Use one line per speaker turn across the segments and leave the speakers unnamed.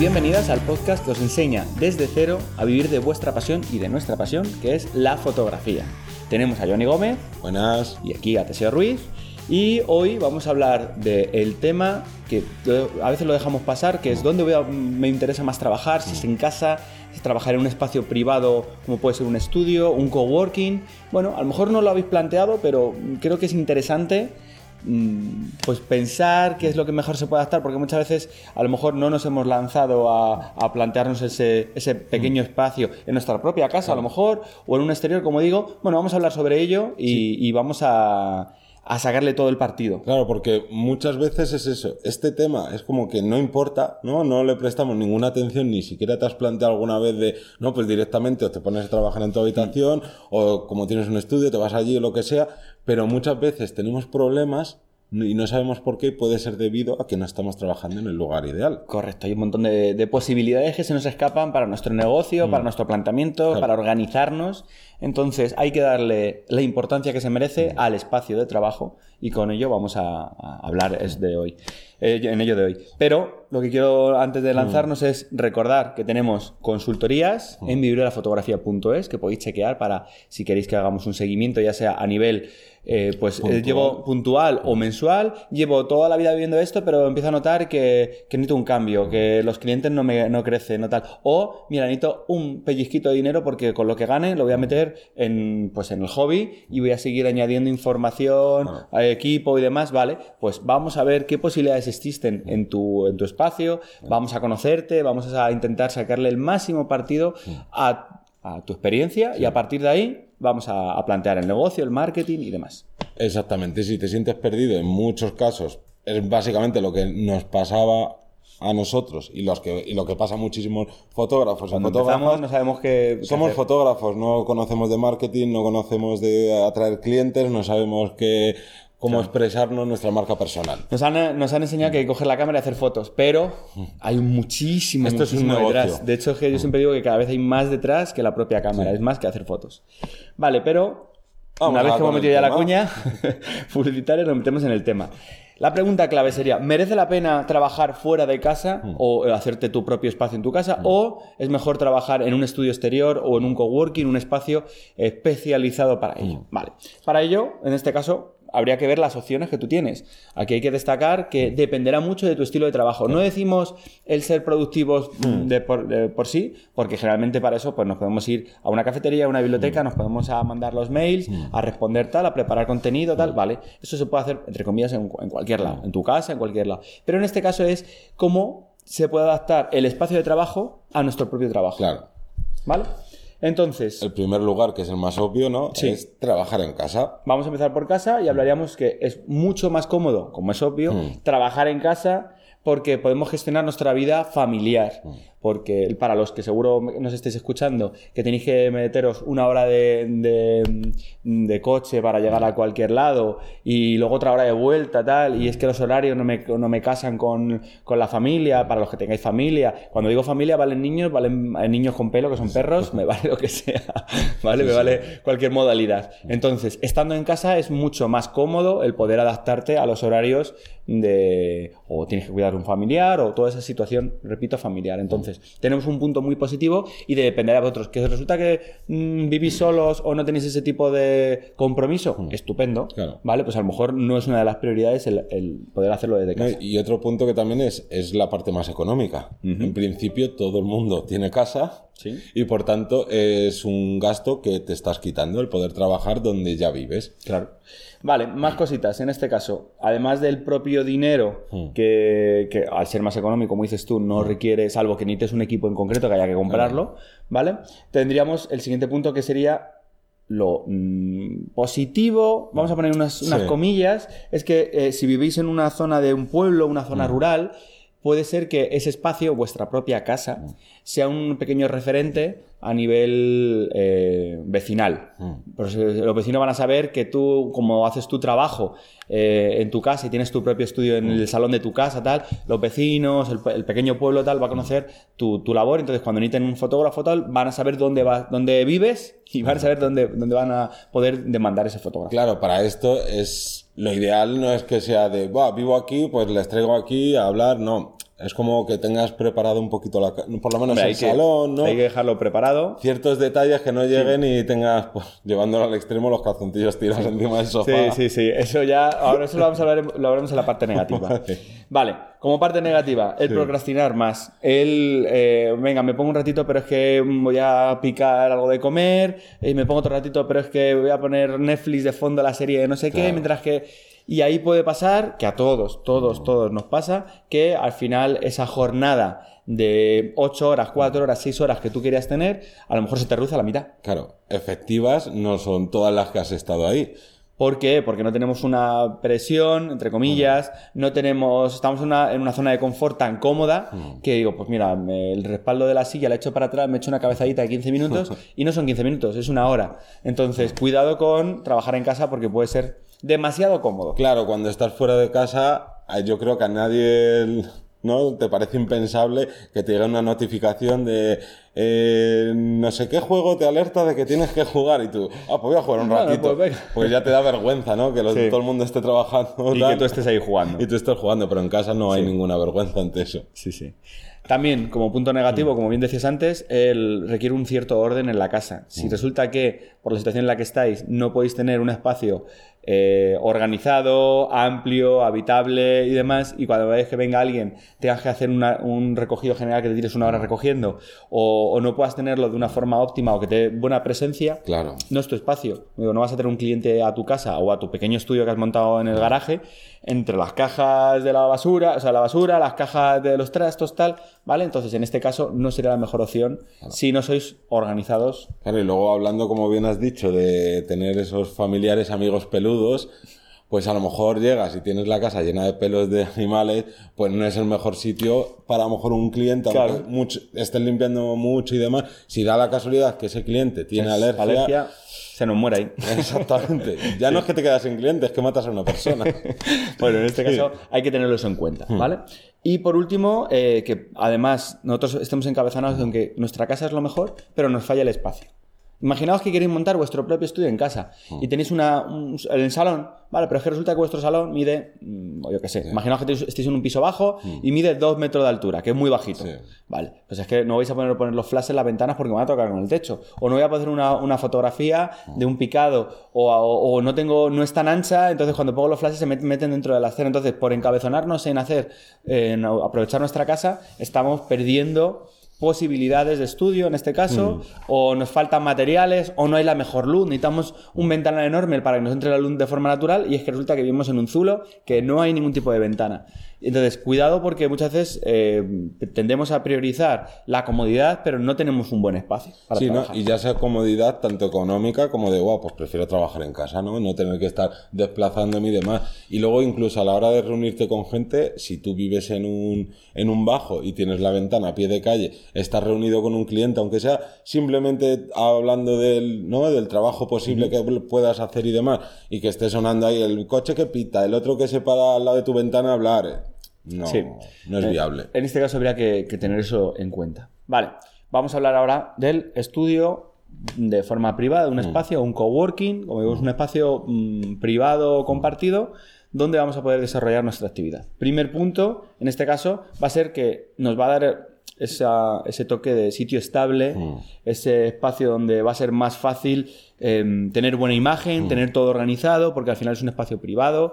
bienvenidas al podcast que os enseña desde cero a vivir de vuestra pasión y de nuestra pasión, que es la fotografía. Tenemos a Johnny Gómez.
Buenas.
Y aquí a Teseo Ruiz. Y hoy vamos a hablar del tema que a veces lo dejamos pasar, que es dónde me interesa más trabajar, si es en casa, si trabajar en un espacio privado como puede ser un estudio, un coworking. Bueno, a lo mejor no lo habéis planteado, pero creo que es interesante pues pensar qué es lo que mejor se puede adaptar, porque muchas veces a lo mejor no nos hemos lanzado a plantearnos ese pequeño espacio en nuestra propia casa, a lo mejor, o en un exterior, como digo. Bueno, vamos a hablar sobre ello y vamos a sacarle todo el partido.
Claro, porque muchas veces es eso. Este tema es como que no importa, ¿no? No le prestamos ninguna atención, ni siquiera te has planteado alguna vez de, no, pues directamente o te pones a trabajar en tu habitación o como tienes un estudio, te vas allí o lo que sea, pero muchas veces tenemos problemas y no sabemos por qué, puede ser debido a que no estamos trabajando en el lugar ideal.
Correcto, hay un montón de posibilidades que se nos escapan para nuestro negocio, para nuestro planteamiento, claro, para organizarnos. Entonces hay que darle la importancia que se merece al espacio de trabajo, y con ello vamos a hablar en ello de hoy. Pero lo que quiero antes de lanzarnos es recordar que tenemos consultorías en vivirdelafotografía.es que podéis chequear para si queréis que hagamos un seguimiento, ya sea a nivel llevo puntual o mensual. Llevo toda la vida viviendo esto, pero empiezo a notar que necesito un cambio, que los clientes no crecen, no tal. O, mira, necesito un pellizquito de dinero porque con lo que gane lo voy a meter en el hobby y voy a seguir añadiendo información, equipo y demás. Vale, pues vamos a ver qué posibilidades existen en tu espacio, vamos a conocerte, vamos a intentar sacarle el máximo partido a tu experiencia, y a partir de ahí vamos a plantear el negocio, el marketing y demás.
Exactamente, si te sientes perdido en muchos casos, es básicamente lo que nos pasaba a nosotros y lo que pasa a muchísimos fotógrafos.
Cuando empezamos no sabemos qué
somos
hacer.
Fotógrafos, no conocemos de marketing, no conocemos de atraer clientes, no sabemos cómo expresarnos nuestra marca personal.
Nos han enseñado que hay que coger la cámara y hacer fotos, pero hay muchísimo
es un negocio
detrás. De hecho, es que yo siempre digo que cada vez hay más detrás que la propia cámara, es más que hacer fotos. Vale, pero una vez que hemos metido ya la cuña publicitaria, nos metemos en el tema. La pregunta clave sería, ¿merece la pena trabajar fuera de casa o hacerte tu propio espacio en tu casa? ¿O es mejor trabajar en un estudio exterior o en un coworking, un espacio especializado para ello? Vale. Para ello, en este caso, habría que ver las opciones que tú tienes. Aquí hay que destacar que dependerá mucho de tu estilo de trabajo. No decimos el ser productivos por sí, porque generalmente para eso pues nos podemos ir a una cafetería, a una biblioteca, nos podemos a mandar los mails, a responder tal, a preparar contenido, tal, vale. Eso se puede hacer, entre comillas, en cualquier lado, en tu casa, en cualquier lado. Pero en este caso es cómo se puede adaptar el espacio de trabajo a nuestro propio trabajo.
Claro.
¿Vale? Entonces,
el primer lugar, que es el más obvio, ¿no? Sí. Es trabajar en casa.
Vamos a empezar por casa y hablaríamos que es mucho más cómodo, como es obvio, trabajar en casa, porque podemos gestionar nuestra vida familiar. Porque para los que seguro nos estéis escuchando, que tenéis que meteros una hora de coche para llegar a cualquier lado y luego otra hora de vuelta, tal, y es que los horarios no me casan con la familia, para los que tengáis familia. Cuando digo familia, valen niños con pelo, que son perros, me vale lo que sea, ¿vale? Sí, me vale cualquier modalidad. Entonces, estando en casa es mucho más cómodo el poder adaptarte a los horarios o tienes que cuidar de un familiar o toda esa situación, repito, familiar. Entonces, tenemos un punto muy positivo y dependerá de vosotros. ¿Que resulta que vivís solos o no tenéis ese tipo de compromiso? Estupendo, claro. Vale, pues a lo mejor no es una de las prioridades el poder hacerlo desde casa.
Y otro punto que también es la parte más económica. En principio todo el mundo tiene casa, ¿sí? Y por tanto es un gasto que te estás quitando el poder trabajar donde ya vives.
Claro. Vale, más cositas. En este caso, además del propio dinero, que al ser más económico, como dices tú, no requiere, salvo que necesites un equipo en concreto que haya que comprarlo, ¿vale? Tendríamos el siguiente punto, que sería lo positivo, vamos a poner unas comillas, es que si vivís en una zona de un pueblo, una zona rural, puede ser que ese espacio, vuestra propia casa, sea un pequeño referente a nivel vecinal. Pues los vecinos van a saber que tú, como haces tu trabajo en tu casa y tienes tu propio estudio en el salón de tu casa, tal, los vecinos, el pequeño pueblo, tal, va a conocer tu labor. Entonces, cuando necesiten un fotógrafo, tal, van a saber dónde vives y van a saber dónde van a poder demandar ese fotógrafo.
Claro, para esto es lo ideal, no es que sea de, vivo aquí, pues les traigo aquí a hablar, no. Es como que tengas preparado un poquito por lo menos
Hombre,
el salón, ¿no?
Hay que dejarlo preparado.
Ciertos detalles que no lleguen y tengas, pues, llevándolo al extremo, los calzoncillos tirados encima del sofá.
Sí. Eso ya... Ahora eso lo hablaremos en la parte negativa. Vale, como parte negativa, el procrastinar más. Venga, me pongo un ratito, pero es que voy a picar algo de comer. Y me pongo otro ratito, pero es que voy a poner Netflix de fondo la serie de no sé qué, mientras que... Y ahí puede pasar, que a todos nos pasa, que al final esa jornada de 8 horas, 4 horas, 6 horas que tú querías tener, a lo mejor se te reduce a la mitad.
Claro, efectivas no son todas las que has estado ahí.
¿Por qué? Porque no tenemos una presión, entre comillas, estamos en una zona de confort tan cómoda que digo, pues mira, el respaldo de la silla la echo para atrás, me echo una cabezadita de 15 minutos y no son 15 minutos, es una hora. Entonces, cuidado con trabajar en casa porque puede ser demasiado cómodo.
Claro, cuando estás fuera de casa, yo creo que a nadie, ¿no? Te parece impensable que te llegue una notificación de no sé qué juego te alerta de que tienes que jugar y tú, pues voy a jugar un ratito. Pues ya te da vergüenza, ¿no? Que todo el mundo esté trabajando
y que tú estés ahí jugando.
Y tú estés jugando, pero en casa no hay ninguna vergüenza ante eso.
Sí. También, como punto negativo, como bien decías antes, requiere un cierto orden en la casa. Si resulta que, por la situación en la que estáis, no podéis tener un espacio organizado, amplio, habitable y demás, y cuando veáis que venga alguien tengas que hacer un recogido general que te tires una hora recogiendo, o no puedas tenerlo de una forma óptima o que te dé buena presencia,
claro,
no es tu espacio. No vas a tener un cliente a tu casa o a tu pequeño estudio que has montado en el garaje, entre las cajas de la basura, las cajas de los trastos, tal, ¿vale? Entonces, en este caso, no sería la mejor opción si no sois organizados.
Claro, y luego hablando, como bien has dicho, de tener esos familiares, amigos peludos, pues a lo mejor llegas y tienes la casa llena de pelos de animales, pues no es el mejor sitio para a lo mejor un cliente,
claro,
aunque estén limpiando mucho y demás. Si da la casualidad que ese cliente tiene alergia,
se nos muere ahí.
Exactamente. Ya no es que te quedas sin cliente, es que matas a una persona.
Bueno, en este caso hay que tenerlo eso en cuenta, ¿vale? Y por último, que además nosotros estemos encabezonados en que nuestra casa es lo mejor, pero nos falla el espacio. Imaginaos que queréis montar vuestro propio estudio en casa y tenéis el salón, vale, pero es que resulta que vuestro salón mide, yo qué sé, imaginaos que estéis en un piso bajo y mide 2 metros de altura, que es muy bajito. Vale, pues es que no vais a poner los flashes en las ventanas porque me va a tocar con el techo. O no voy a poner una fotografía de un picado, o no es tan ancha, entonces cuando pongo los flashes se meten dentro de la escena. Entonces, por encabezonarnos en aprovechar nuestra casa, estamos perdiendo posibilidades de estudio en este caso, o nos faltan materiales, o no hay la mejor luz, necesitamos un ventanal enorme para que nos entre la luz de forma natural, y es que resulta que vivimos en un zulo que no hay ningún tipo de ventana. Entonces, cuidado porque muchas veces tendemos a priorizar la comodidad, pero no tenemos un buen espacio para trabajar.
¿no? Y ya sea comodidad tanto económica como de, pues prefiero trabajar en casa, ¿no? No tener que estar desplazándome y demás. Y luego incluso a la hora de reunirte con gente, si tú vives en un bajo y tienes la ventana a pie de calle, estás reunido con un cliente, aunque sea simplemente hablando del trabajo posible que puedas hacer y demás, y que esté sonando ahí el coche que pita, el otro que se para al lado de tu ventana a hablar. No es viable.
En este caso habría que tener eso en cuenta. Vale, vamos a hablar ahora del estudio de forma privada, un espacio, un coworking, como digo, es un espacio privado compartido donde vamos a poder desarrollar nuestra actividad. Primer punto, en este caso, va a ser que nos va a dar ese toque de sitio estable, ese espacio donde va a ser más fácil tener buena imagen, tener todo organizado, porque al final es un espacio privado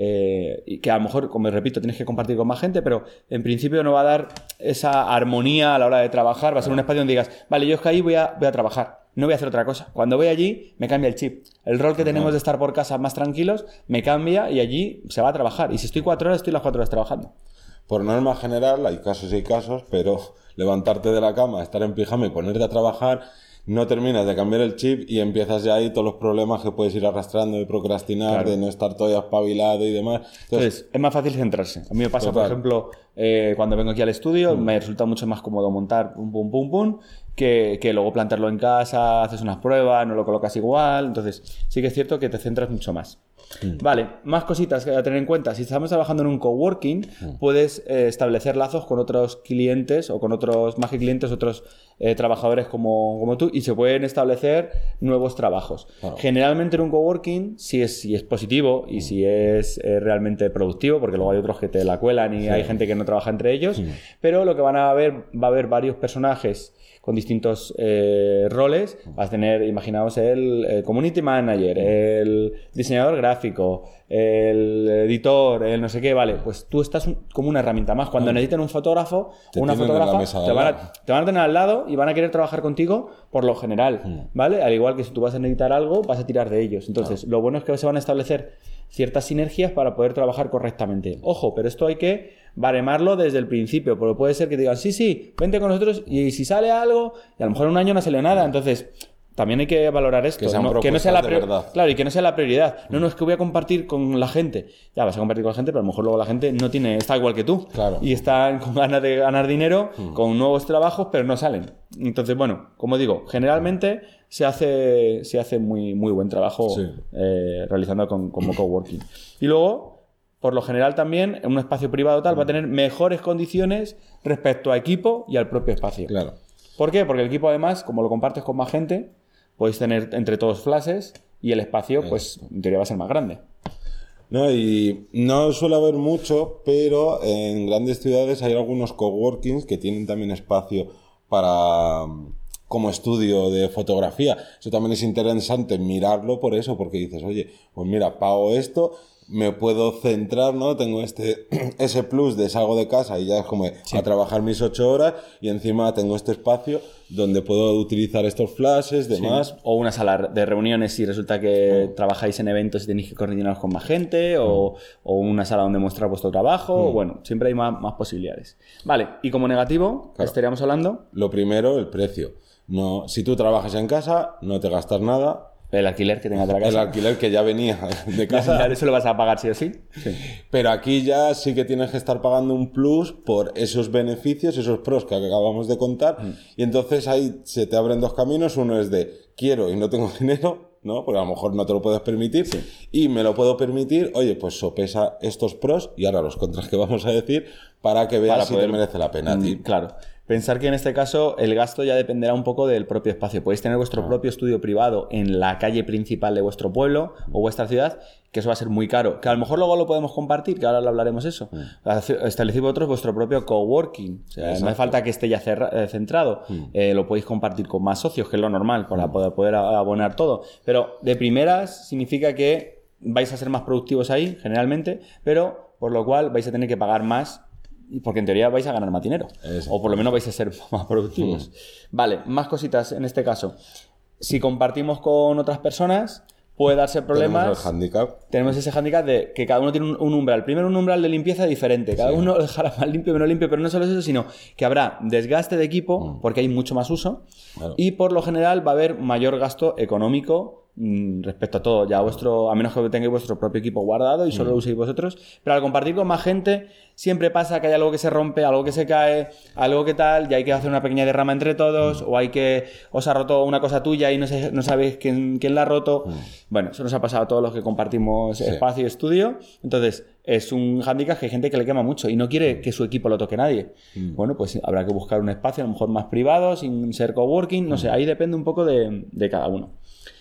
y que a lo mejor, como repito, tienes que compartir con más gente, pero en principio no va a dar esa armonía a la hora de trabajar. Va a ser un espacio donde digas, vale, yo es que ahí voy a trabajar, no voy a hacer otra cosa. Cuando voy allí, me cambia el chip. El rol que tenemos de estar por casa más tranquilos me cambia y allí se va a trabajar. Y si estoy 4 horas, estoy las 4 horas trabajando.
Por norma general, hay casos y casos, pero levantarte de la cama, estar en pijama y ponerte a trabajar, no terminas de cambiar el chip y empiezas ya ahí todos los problemas que puedes ir arrastrando de procrastinar, de no estar todavía espabilado y demás. Entonces,
es más fácil centrarse. A mí me pasa, por ejemplo, cuando vengo aquí al estudio, me resulta mucho más cómodo montar pum, que luego plantearlo en casa, haces unas pruebas, no lo colocas igual. Entonces, sí que es cierto que te centras mucho más. Vale, más cositas que a tener en cuenta. Si estamos trabajando en un coworking, puedes establecer lazos con otros clientes o con otros, más que clientes, otros trabajadores como tú, y se pueden establecer nuevos trabajos. Claro. Generalmente en un coworking, si es positivo y si es realmente productivo, porque luego hay otros que te la cuelan y hay gente que no trabaja entre ellos, pero lo que va a haber varios personajes con distintos roles. Vas a tener, imaginaos, el community manager, el diseñador gráfico, el editor, el no sé qué, vale, pues tú estás como una herramienta más. Cuando necesiten un fotógrafo o una fotógrafa, te van a tener al lado y van a querer trabajar contigo por lo general, ¿vale? Al igual que si tú vas a necesitar algo, vas a tirar de ellos. Entonces, lo bueno es que se van a establecer ciertas sinergias para poder trabajar correctamente. Ojo, pero esto hay que baremarlo desde el principio, porque puede ser que te digan, sí, vente con nosotros, y si sale algo, y a lo mejor en un año no sale nada. Entonces, también hay que valorar esto, que no sea la prioridad. Claro, y que no sea la prioridad. No, es que voy a compartir con la gente. Ya vas a compartir con la gente, pero a lo mejor luego la gente está igual que tú.
Claro.
Y están con ganas de ganar dinero, con nuevos trabajos, pero no salen. Entonces, bueno, como digo, generalmente se hace muy, muy buen trabajo realizando como coworking. Y luego, por lo general también, en un espacio privado tal, va a tener mejores condiciones respecto a equipo y al propio espacio.
Claro.
¿Por qué? Porque el equipo, además, como lo compartes con más gente, podéis tener entre todos flashes y el espacio, pues, en teoría va a ser más grande.
No, y no suele haber mucho, pero en grandes ciudades hay algunos coworkings que tienen también espacio como estudio de fotografía. Eso también es interesante mirarlo por eso, porque dices, oye, pues mira, pago esto, me puedo centrar, ¿no? Tengo ese plus de salgo de casa y ya es como a trabajar mis 8 horas, y encima tengo este espacio donde puedo utilizar estos flashes, demás.
O una sala de reuniones si resulta que trabajáis en eventos y tenéis que coordinaros con más gente, o una sala donde mostrar vuestro trabajo. Bueno, siempre hay más posibilidades. Vale, y como negativo, estaríamos hablando...
Lo primero, el precio. No, si tú trabajas en casa, no te gastas nada.
El alquiler que tengas de la casa.
El alquiler que ya venía de casa.
Eso lo vas a pagar sí o sí.
Pero aquí ya sí que tienes que estar pagando un plus por esos beneficios, esos pros que acabamos de contar. Y entonces ahí se te abren dos caminos. Uno es de quiero y no tengo dinero, ¿no? Porque a lo mejor no te lo puedes permitir. Y me lo puedo permitir. Oye, pues sopesa estos pros y ahora los contras que vamos a decir para que veas si te merece la pena a ti.
Claro. Pensar que en este caso el gasto ya dependerá un poco del propio espacio. Podéis tener vuestro propio estudio privado en la calle principal de vuestro pueblo o vuestra ciudad, que eso va a ser muy caro. Que a lo mejor luego lo podemos compartir, que ahora lo hablaremos eso. Establecid vosotros vuestro propio coworking. O sea, no hace falta que esté ya centrado. Lo podéis compartir con más socios, que es lo normal, para poder abonar todo. Pero de primeras significa que vais a ser más productivos ahí, generalmente, pero por lo cual vais a tener que pagar más, porque en teoría vais a ganar más dinero. O por lo menos vais a ser más productivos. Vale, más cositas en este caso. Si compartimos con otras personas, puede darse problemas. Tenemos ese hándicap de que cada uno tiene un umbral. Primero, un umbral de limpieza diferente. Cada uno lo dejará más limpio, menos limpio, pero no solo eso, sino que habrá desgaste de equipo, porque hay mucho más uso. Claro. Y por lo general va a haber mayor gasto económico respecto a todo, ya a menos que tengáis vuestro propio equipo guardado y solo lo uséis vosotros, pero al compartir con más gente siempre pasa que hay algo que se rompe, algo que se cae, algo que tal, y hay que hacer una pequeña derrama entre todos, o os ha roto una cosa tuya y no sabéis quién la ha roto. Bueno, eso nos ha pasado a todos los que compartimos espacio y estudio. Entonces es un hándicap que hay gente que le quema mucho y no quiere que su equipo lo toque nadie. Bueno, pues habrá que buscar un espacio a lo mejor más privado, sin ser coworking, no sé, ahí depende un poco de cada uno.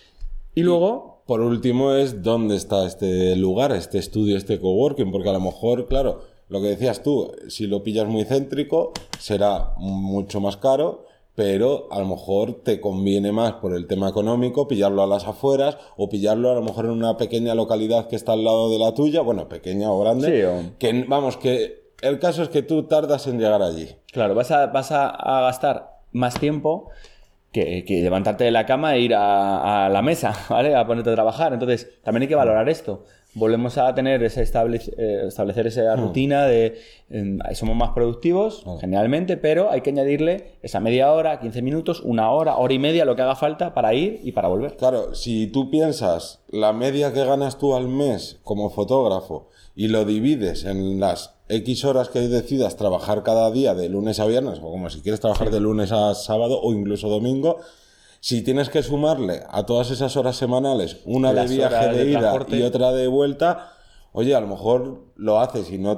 Y luego,
por último, es dónde está este lugar, este estudio, este coworking, porque a lo mejor, claro, lo que decías tú, si lo pillas muy céntrico, será mucho más caro, pero a lo mejor te conviene más por el tema económico pillarlo a las afueras o pillarlo a lo mejor en una pequeña localidad que está al lado de la tuya, bueno, pequeña o grande, que vamos, que el caso es que tú tardas en llegar allí.
Claro, vas a gastar más tiempo que levantarte de la cama e ir a la mesa, ¿vale? A ponerte a trabajar. Entonces, también hay que valorar esto. Volvemos a tener establecer esa rutina de somos más productivos, generalmente, pero hay que añadirle esa media hora, 15 minutos, una hora, hora y media, lo que haga falta para ir y para volver.
Claro, si tú piensas la media que ganas tú al mes como fotógrafo y lo divides en las X horas que decidas trabajar cada día de lunes a viernes, o como si quieres trabajar de lunes a sábado o incluso domingo, si tienes que sumarle a todas esas horas semanales una de viaje de ida y otra de vuelta, oye, a lo mejor lo haces y no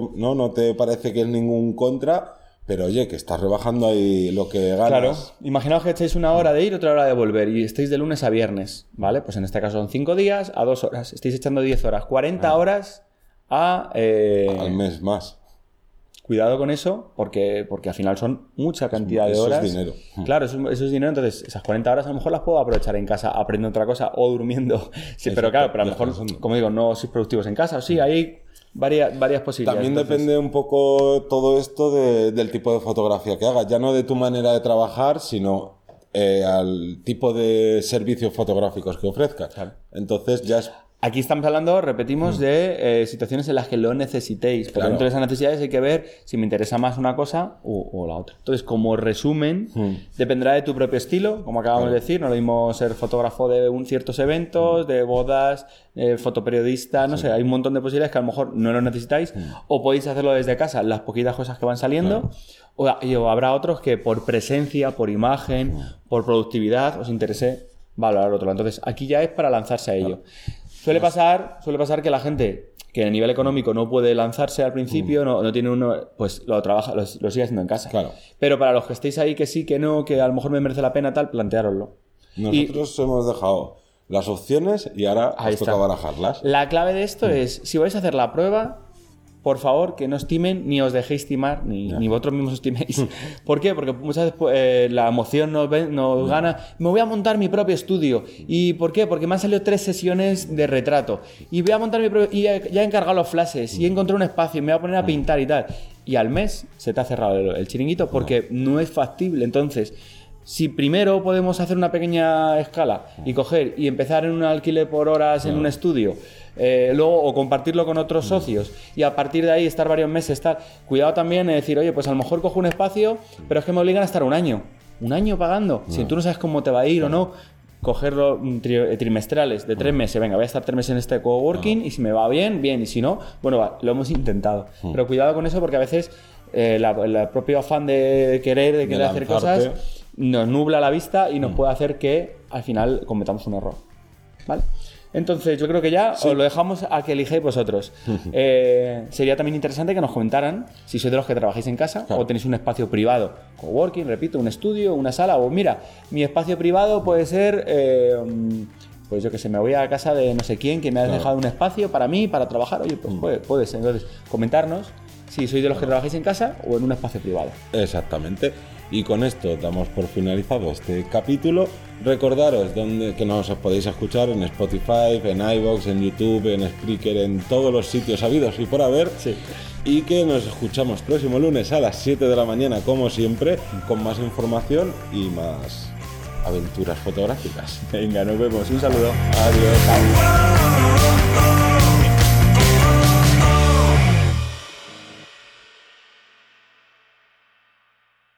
te parece que es ningún contra, pero oye, que estás rebajando ahí lo que ganas.
Claro, imaginaos que echéis una hora de ir, otra hora de volver y estáis de lunes a viernes, ¿vale? Pues en este caso son 5 días a 2 horas, estáis echando 10 horas, 40 horas al
mes más.
cuidado con eso, porque al final son mucha cantidad de horas.
Eso es dinero.
Claro, eso es dinero, entonces esas 40 horas a lo mejor las puedo aprovechar en casa aprendiendo otra cosa o durmiendo. Sí, pero claro, pero a lo mejor, como digo, no sois productivos en casa. Sí, hay varias posibilidades.
También depende un poco todo esto del tipo de fotografía que hagas, ya no de tu manera de trabajar, sino al tipo de servicios fotográficos que ofrezcas.
Claro.
Entonces ya es...
Aquí estamos hablando, repetimos, de situaciones en las que lo necesitéis. Porque dentro de esas necesidades hay que ver si me interesa más una cosa o la otra. Entonces, como resumen, dependerá de tu propio estilo. Como acabamos de decir, no es lo mismo ser fotógrafo de ciertos eventos, de bodas, fotoperiodista, no sé. Hay un montón de posibilidades que a lo mejor no lo necesitáis. O podéis hacerlo desde casa, las poquitas cosas que van saliendo. O habrá otros que por presencia, por imagen, por productividad, os interese valorar otro. Entonces, aquí ya es para lanzarse a ello. Suele pasar que la gente que a nivel económico no puede lanzarse al principio, no tiene uno, pues lo trabaja, lo sigue haciendo en casa.
Claro.
Pero para los que estéis ahí que sí, que no, que a lo mejor me merece la pena tal, planteároslo.
Nosotros hemos dejado las opciones y ahora os toca barajarlas.
La clave de esto es, si vais a hacer la prueba, por favor, que no os timen, ni os dejéis timar, ni vosotros mismos os timéis. ¿Por qué? Porque muchas veces la emoción nos gana. Me voy a montar mi propio estudio. ¿Y por qué? Porque me han salido 3 sesiones de retrato. Y voy a montar mi propio... Y ya he encargado los flashes. Y he encontrado un espacio. Y me voy a poner a pintar y tal. Y al mes se te ha cerrado el chiringuito porque no es factible. Entonces... Si primero podemos hacer una pequeña escala y coger y empezar en un alquiler por horas en un estudio, luego o compartirlo con otros socios y a partir de ahí estar varios meses, cuidado también en decir, oye, pues a lo mejor cojo un espacio, pero es que me obligan a estar un año pagando. Si tú no sabes cómo te va a ir o no, cogerlo trimestrales de 3 meses, venga, voy a estar 3 meses en este coworking y si me va bien, y si no, bueno, lo hemos intentado. Pero cuidado con eso porque a veces el propio afán de querer hacer cosas nos nubla la vista y nos puede hacer que al final cometamos un error, ¿vale? Entonces yo creo que ya os lo dejamos a que elijáis vosotros. Sería también interesante que nos comentaran si sois de los que trabajáis en casa o tenéis un espacio privado, coworking, repito, un estudio, una sala, o mira, mi espacio privado puede ser pues yo que sé, me voy a casa de no sé quién que me ha dejado un espacio para mí, para trabajar. Oye, pues puede ser. Entonces, comentarnos si sois de los que trabajáis en casa o en un espacio privado.
Exactamente. Y con esto damos por finalizado este capítulo. Recordaros que nos podéis escuchar en Spotify, en iVoox, en YouTube, en Spreaker, en todos los sitios habidos y por haber.
Sí.
Y que nos escuchamos próximo lunes a las 7 de la mañana, como siempre, con más información y más aventuras fotográficas.
Venga, nos vemos. Un saludo.
Adiós.